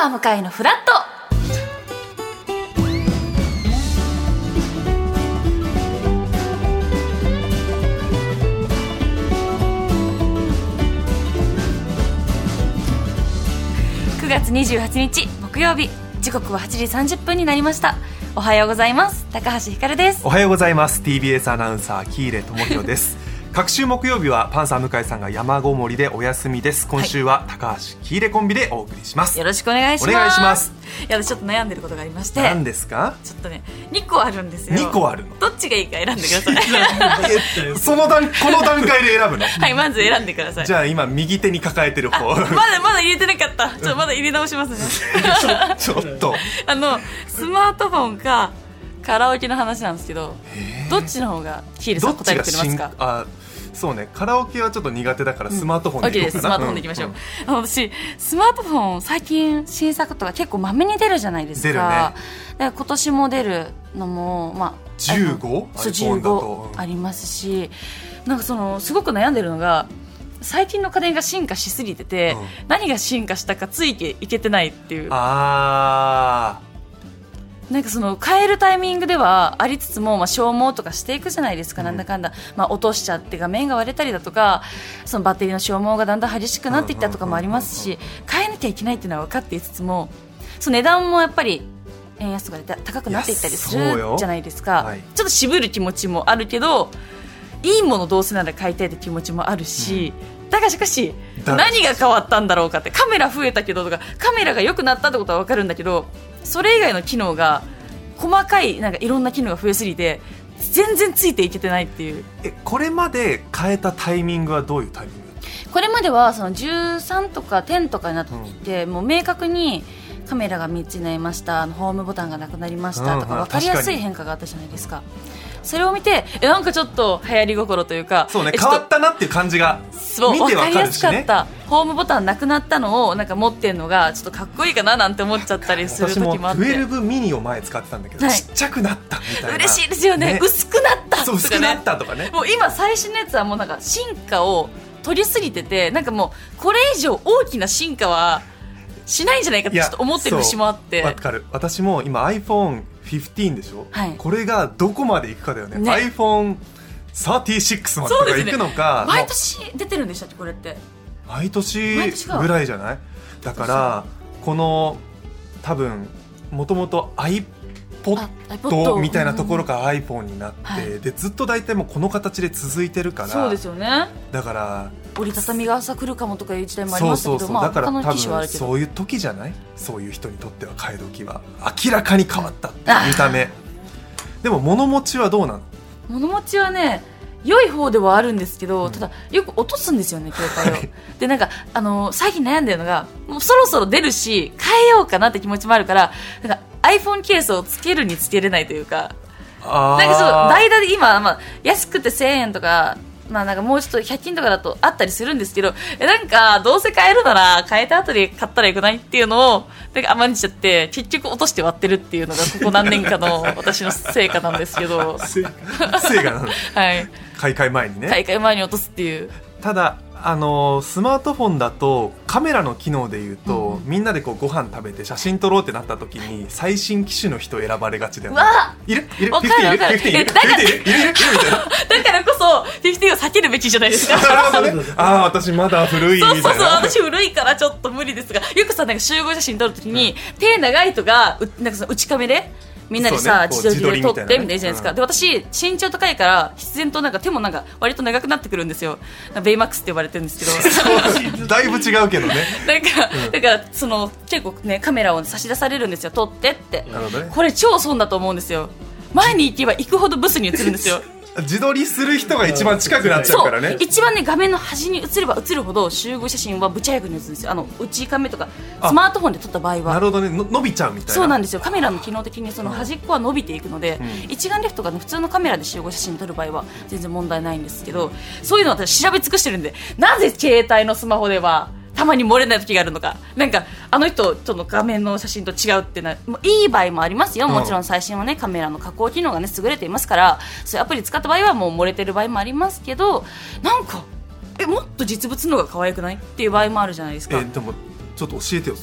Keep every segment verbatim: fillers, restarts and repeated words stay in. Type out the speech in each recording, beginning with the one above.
サー向かいのフラット。くがつにじゅうはちにち木曜日、時刻ははちじさんじゅっぷんになりました。おはようございます。高橋ひかるです。 おはようございます。 ティービーエス アナウンサー喜入智弘です各週木曜日はパンサー向井さんが山ごもりでお休みです。今週は高橋喜入コンビでお送りします。 よろしくお願いします。 お願いします。 いや、私ちょっと悩んでることがありまして。 何ですか？ ちょっとね、にこあるんですよ。 にこあるの？ どっちがいいか選んでくださいその段この段階で選ぶの？ はい、まず選んでください。 じゃあ今右手に抱えてる方。 まだまだ入れてなかった。ちょっとまだ入れ直しますねちょっとあのスマートフォンかカラオケの話なんですけど、どっちの方が喜入さん答えてくれますか？ あ、そうね、カラオケはちょっと苦手だからスマートフォンでいこうかな、うん、 OK です。スマートフォンでいきましょう、うんうん、私スマートフォン最近新作とか結構まめに出るじゃないですか。出るね。で今年も出るのも、まあ、 じゅうご? そうじゅうごありますし、なんかそのすごく悩んでるのが、最近の家電が進化しすぎてて、うん、何が進化したかついていけてないっていう。あー、なんかその変えるタイミングではありつつも、まあ、消耗とかしていくじゃないですか、うん、なんだかんだ、まあ、落としちゃって画面が割れたりだとか、そのバッテリーの消耗がだんだん激しくなってきたとかもありますし、変えなきゃいけないっていうのは分かっていつつも、その値段もやっぱり円安とかで高くなっていったりするじゃないですか、はい、ちょっと渋る気持ちもあるけど、いいものどうせなら買いたいって気持ちもあるし、うん、だがしかし何が変わったんだろうかって、カメラ増えたけどとか、カメラが良くなったってことは分かるんだけど、それ以外の機能が細かい、なんかいろんな機能が増えすぎて全然ついていけてないっていう。 え、これまで変えたタイミングはどういうタイミング？ これまではそのじゅうさんとかじゅうとかになってきて、うん、もう明確にカメラがみっつになりました、ホームボタンがなくなりましたとか分かりやすい変化があったじゃないですか。それを見て、え、なんかちょっと流行り心というか、 そうね、変わったなっていう感じが見て分かるしね。分かりやすかった。ホームボタンなくなったのをなんか持ってるのがちょっとかっこいいかななんて思っちゃったりする時もあって、 私もじゅうにミニを前使ってたんだけど、はい、ちっちゃくなったみたいな。 嬉しいですよ ね, ね薄くなったとかね。 そう、薄くなったとかね。 もう今最新のやつはもうなんか進化を取りすぎてて、なんかもうこれ以上大きな進化はしないんじゃないかってちょっと思ってる節もあって。 わかる。私も今 アイフォンフィフティーン でしょ、はい、これがどこまでいくかだよね。 アイフォンサーティシックス までとかいくのか、 ね、毎年出てるんでしたっけこれって。 毎年ぐらいじゃない？だからこの多分もともと iPod みたいなところから iPhone になって、はい、でずっと大体もうこの形で続いてるから。 そうですよね。だから折りたたみが朝来るかもとかいう時代もありましたけど、まあ、 だから多分そういう時じゃない？そういう人にとっては替え時は明らかに変わったって見た目。でも物持ちはどうなの？物持ちはね、良い方ではあるんですけど、うん、ただよく落とすんですよね、携帯を、はい、でなんかあの最近悩んでるのが、もうそろそろ出るし変えようかなって気持ちもあるから、なんか iPhone ケースをつけるにつけれないというか、あなんかそう代打で今、まあ、安くてせんえんとか、まあ、なんかもうちょっとひゃく均とかだとあったりするんですけど、えなんかどうせ買えるなら買えた後で買ったらよくないっていうのをなんか甘んじちゃって、結局落として割ってるっていうのがここ何年かの私の成果なんですけど成果なのはい、 買い替え前にね、 買い替え前に落とすっていう。 ただあのスマートフォンだとカメラの機能でいうと、うん、みんなでこうご飯食べて写真撮ろうってなった時に最新機種の人選ばれがちだよね。 わいるいるわかるわかる。だからこそフィフティーンを避けるべきじゃないですか。 なるほどね。ああ私まだ古いみたいな。 そうそうそう、私古いからちょっと無理ですが、よくさなんか集合写真撮る時に、うん、手長いとかなんかその内カメでみんなでさ、自撮りで撮ってみたいなじゃないですか、うん、で私身長高いから必然となんか手もなんか割と長くなってくるんですよ。ベイマックスって呼ばれてるんですけどだいぶ違うけどね。 なんか、うん、だからその結構ねカメラを差し出されるんですよ、撮ってって。 なるほどね。 これ超損だと思うんですよ。前に行けば行くほどブスに映るんですよ自撮りする人が一番近くなっちゃうからね。 そう一番ね画面の端に映れば映るほど集合写真はぶち早くに映るんですよ。あの内カメとかスマートフォンで撮った場合は。 なるほどね、の伸びちゃうみたいな。 そうなんですよ。カメラの機能的にその端っこは伸びていくので、うん、一眼レフとか、ね、普通のカメラで集合写真撮る場合は全然問題ないんですけど、そういうのを私調べ尽くしてるんで、なぜ携帯のスマホではたまに漏れない時があるのか、なんかあの人との画面の写真と違うってな、もういい場合もありますよ。もちろん最新はねカメラの加工機能がね優れていますから、そういうアプリ使った場合はもう漏れてる場合もありますけど、なんかえもっと実物の方が可愛くないっていう場合もあるじゃないですか。 えでもちょっと教えてよそれ。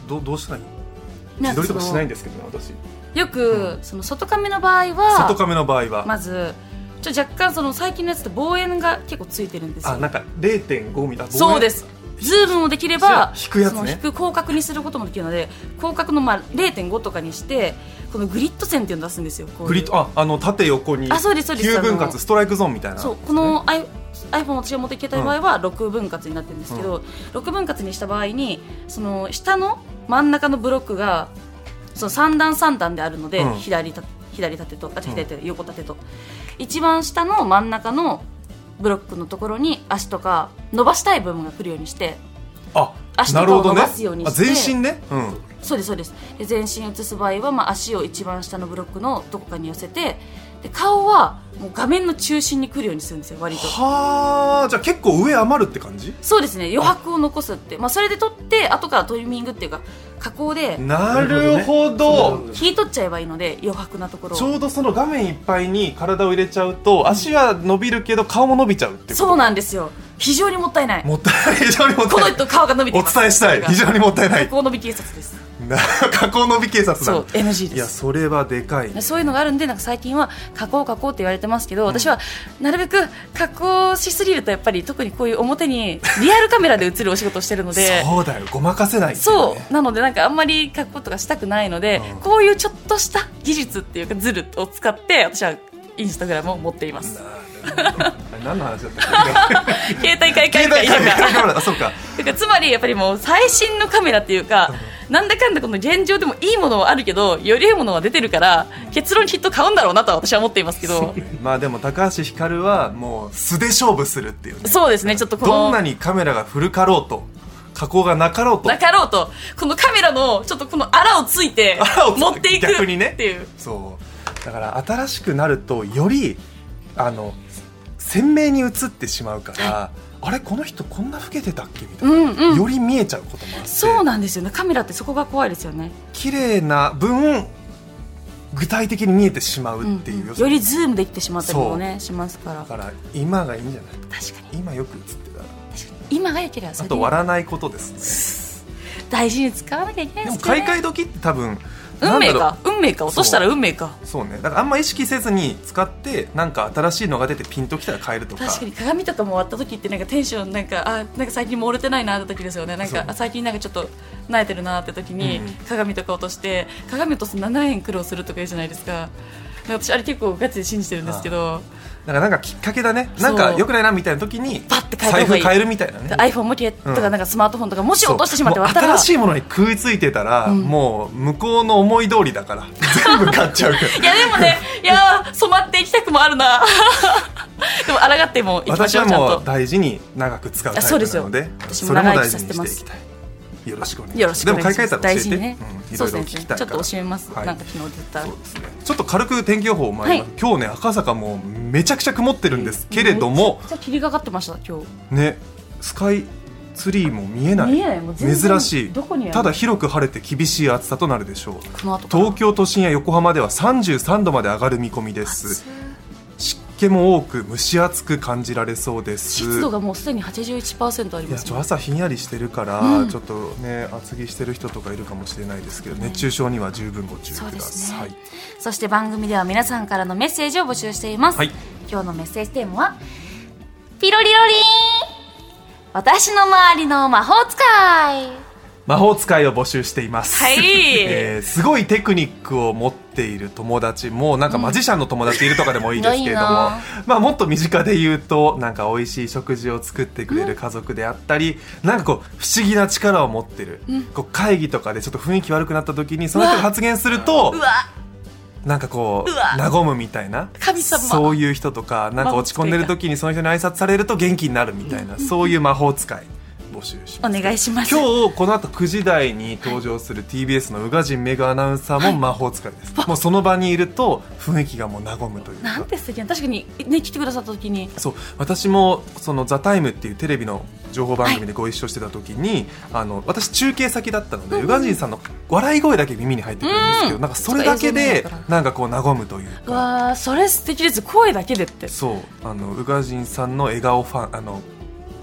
どどうしたらいい？自撮りとかしないんですけどね私。 よく、うん、その外カメの場合は外カメの場合はまずちょ若干その最近のやつって望遠が結構ついてるんですよ。 あ、なんか れいてんご ミリ、 そうです。ズームもできれば引くやつね、 その引く広角にすることもできるので、広角のまあ れいてんご とかにしてこのグリッド線っていうのを出すんですよ。こういうグリッド、 あ、あの縦横にきゅうぶん割ストライクゾーンみたいな、 そう、この iPhone 私が持ってきた場合はろくぶん割になってるんですけど、うん、ろくぶん割にした場合にその下の真ん中のブロックがそのさん段さん段であるので、うん、左た左縦とあ左縦、うん、横縦と一番下の真ん中のブロックのところに足とか伸ばしたい部分が来るようにして、 あ、 足とかを伸ばすようにして、 ね、全身ね、うん、 そうですそうです。で全身写す場合は、まあ、足を一番下のブロックのどこかに寄せて、で顔はもう画面の中心に来るようにするんですよ割と。 はあ、じゃあ結構上余るって感じ？ そうですね、余白を残すって、まあ、それで撮って後からトリミングっていうか加工で、 なるほど、 切り取っちゃえばいいので余白なところをちょうどその画面いっぱいに体を入れちゃうと、うん、足は伸びるけど顔も伸びちゃうってこと？ そうなんですよ。非常にもったいない。 もったいない、非常にもったいない。 この人顔が伸びています。 お伝えしたい、非常にもったいない。 加工伸び警察です。 加工伸び警察だ。 そう エヌジー です。 いやそれはでかい。 そういうのがあるんで、なんか最近は加工加工って言われてますけど、うん、私はなるべく加工しすぎるとやっぱり特にこういう表にリアルカメラで映るお仕事をしてるのでそうだよ、ごまかせない、ね、 そうなのでなんかあんまり加工とかしたくないので、うん、こういうちょっとした技術っていうかズルを使って私はインスタグラムを持っています。 何の話だったっけ？ 携帯買い替えるか否か。 あ、そうか。 だからつまりやっぱりもう最新のカメラっていうか、なんだかんだこの現状でもいいものはあるけどよりいいものは出てるから結論きっと買うんだろうなとは私は思っていますけどまあでも高橋ひかるはもう素で勝負するっていうね。 そうですね、ちょっとこのどんなにカメラが古かろうと加工がなかろうとなかろうとこのカメラのちょっとこのあらをついて持っていく逆にねっていう。 そうだから新しくなるとよりあの鮮明に映ってしまうから、はい、あれこの人こんな老けてたっけみたいな、うんうん、より見えちゃうこともあって。 そうなんですよね、カメラってそこが怖いですよね。 綺麗な分具体的に見えてしまうっていう、うんうん、 よりズームできてしまったりもねしますから。 だから今がいいんじゃない？ 確かに今よく映ってたら確かに今が良ければそれであと割らないことですね。 大事に使わなきゃいけないですね。 でも買い替え時って多分運命か運命か落としたら運命か。 そうね、だからあんま意識せずに使ってなんか新しいのが出てピンときたら変えるとか。 確かに鏡とかも割った時ってなんかテンションなんかあなんか最近も折れてないなって時ですよね。なんか最近なんかちょっと慣れてるなって時に、うん、鏡とか落として鏡落とすななえん苦労するとか言うじゃないですか。私あれ結構ガチで信じてるんですけど、 だからなんかきっかけだね。なんか良くないなみたいな時にパッて変えた方がいい。 財布変えるみたいなね。 iPhone も消えとかなんかスマートフォンとかもし落としてしまって割ったら新しいものに食いついてたら、うん、もう向こうの思い通りだから全部買っちゃうからいやでもねいや染まっていきたくもあるなでも抗ってもいきましょう。 私はもう大事に長く使うタイプなので、 私も長生きさせてます。 よろしくお願いします。でも買い替えたら教えて。大事にね、 うん、そうですね。ちょっと教えます。はい、なんか昨日出た。 そうですね。ちょっと軽く天気予報を前に、はい、今日ね赤坂もめちゃくちゃ曇ってるんですけれども、 めちゃくちゃ霧がかってました今日。 ね、スカイツリーも見えない。見えない。もう全然珍しい。 どこにある？ ただ広く晴れて厳しい暑さとなるでしょう。東京都心や横浜ではさんじゅうさんどまで上がる見込みです。湿気も多く蒸し暑く感じられそうです。 湿度がもうすでに はちじゅういちパーセント あります、ね、 いや朝ひんやりしてるから、うん、ちょっとね厚着してる人とかいるかもしれないですけど、ね、熱中症には十分ご注意ください、ね、 そして番組では皆さんからのメッセージを募集しています、はい、今日のメッセージテーマはピロリロリン私の周りの魔法使い魔法使いを募集しています、 はいえー、すごいテクニックを持っている友達もなんかマジシャンの友達いるとかでもいいですけれども、うん、まあ、もっと身近で言うとなんか美味しい食事を作ってくれる家族であったり、うん、なんかこう不思議な力を持ってる、うん、こう会議とかでちょっと雰囲気悪くなった時にその人が発言するとなんかこう和むみたいな、 神様そういう人とかなんか落ち込んでる時にその人に挨拶されると元気になるみたいな、そういう魔法使い募集します。 お願いします。 今日この後くじ台に登場する ティービーエス の宇賀神メグアナウンサーも魔法使いです、はい、もうその場にいると雰囲気がもう和むというか。 なんて素敵な。確かにね来てくださった時にそう私もそのザタイムっていうテレビの情報番組でご一緒してた時に、はい、あの私中継先だったので、うん、宇賀神さんの笑い声だけ耳に入ってくるんですけど、うん、なんかそれだけでなんかこう和むというか。 わーそれ素敵です。声だけでって。 そうあの宇賀神さんの笑顔ファンあの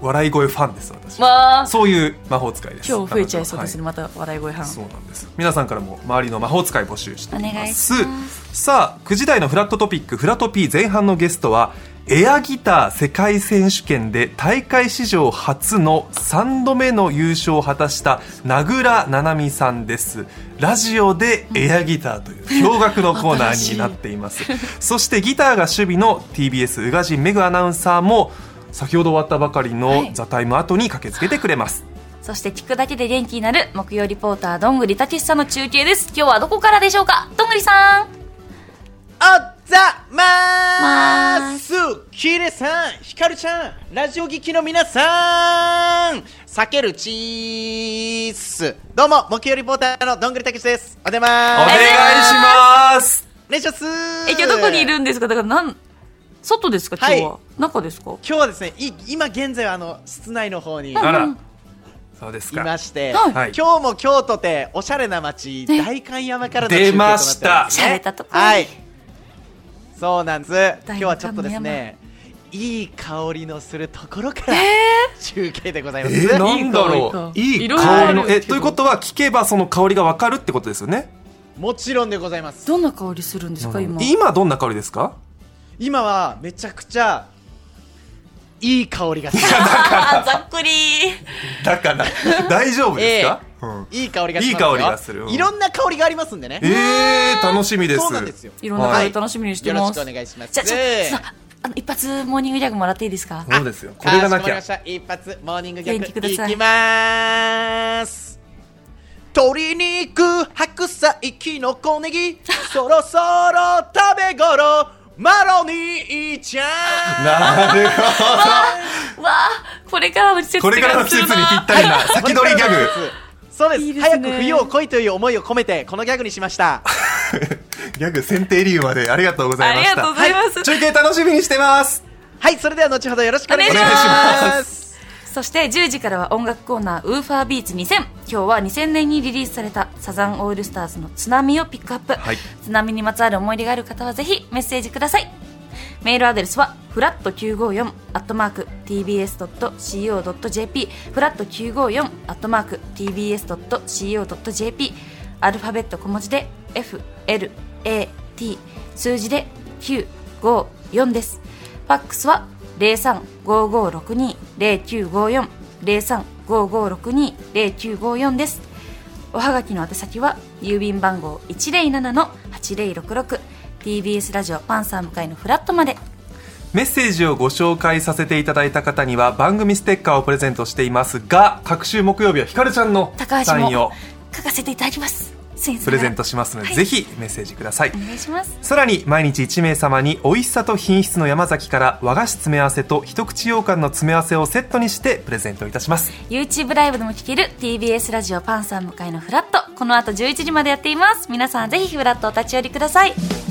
笑い声ファンです私、 まあ、 そういう魔法使いです。 今日増えちゃいそうですね、 はい、 また笑い声ファン。 そうなんです。皆さんからも周りの魔法使い募集しています。 お願いします。 さあくじ台のフラットトピックフラトピー前半のゲストはエアギター世界選手権で大会史上初のさんどめの優勝を果たした名倉七海さんです。ラジオでエアギターという驚愕のコーナーになっていますそしてギターが守備の ティービーエス 宇賀神メグアナウンサーも先ほど終わったばかりのザタイム後に駆けつけてくれます、 はい、そして聞くだけで元気になる木曜リポーターどんぐりたけしさんの中継です。今日はどこからでしょうか。どんぐりさん、 おざまーす。ヒデさん、ヒカルちゃん、ラジオ聞きの皆さん、避けるチース。どうも木曜リポーターのどんぐりたけしです。お出まーす。 お願いします。 お願いします。 え、今日どこにいるんですか。だからなん外ですか今日は、はい、中ですか。 今日はですね、い今現在はあの室内の方に、 あら、そうですか。 いまして、 はい、 今日も京都でおしゃれな街代官山からの中継出となってます、ね、 ました。 しゃれたところ、 はい、そうなんです。今日はちょっとですね、いい香りのするところから中継でございます。 えー、なんだろう、いい香りの、え、ということは聞けばその香りがわかるってことですよね。 もちろんでございます。 どんな香りするんですか、うん、今。 今どんな香りですか。 今はめちゃくちゃいい香りがするざっくりだから大丈夫ですか、 えーうん、いい香りがしますよ。 いい香りがする、うん、 いろんな香りがありますんでね。 えー、楽しみです。 そうなんですよ。 いろんな香り楽しみにしてます、 はい、よろしくお願いします。 じゃあちょっとあの一発モーニングギャグもらっていいですか。 そうですよ、これがなきゃ。 一発モーニングギャグいきまーす。鶏肉、白菜、きのこネギそろそろ食べ頃マロニーちゃん。 なるほど。わあ、これからの季節これからの季節にぴったりな先取りギャグ。 そうです。 いいですね。 早く冬を来いという思いを込めてこのギャグにしましたギャグ選定理由までありがとうございました。 ありがとうございます、 はい、中継楽しみにしてます。 はい、それでは後ほどよろしくお願いします。 お願いします。 そしてじゅうじからは音楽コーナーウーファービーツにせん。今日はにせんねんにリリースされたサザンオールスターズの津波をピックアップ、はい、津波にまつわる思い出がある方はぜひメッセージください。メールアドレスはフラットきゅうごよんアットマーク ティービーエスドットシーオードットジェーピー フラットきゅうごよんアットマーク ティービーエスドットシーオードットジェーピー アルファベット小文字で エフエルエーティー 数字できゅうごよんです。ファックスはゼロさんごごろくにゼロきゅうごよん ゼロさんごごろくにゼロきゅうごよんです。おはがきの宛先は郵便番号 いちゼロななのはちゼロろくろく ティービーエス ラジオパンサー向かいのフラットまで。 メッセージをご紹介させていただいた方には番組ステッカーをプレゼントしていますが、各週木曜日はひかるちゃんのサインを書かせていただきます。 プレゼントしますので、はい、ぜひメッセージください。 お願いします。 さらに毎日いち名様に美味しさと品質の山崎から和菓子詰め合わせと一口羊羹の詰め合わせをセットにしてプレゼントいたします。 YouTube ライブでも聴ける ティービーエス ラジオパンサー向かいのフラット、この後じゅういちじまでやっています。皆さんぜひフラットお立ち寄りください。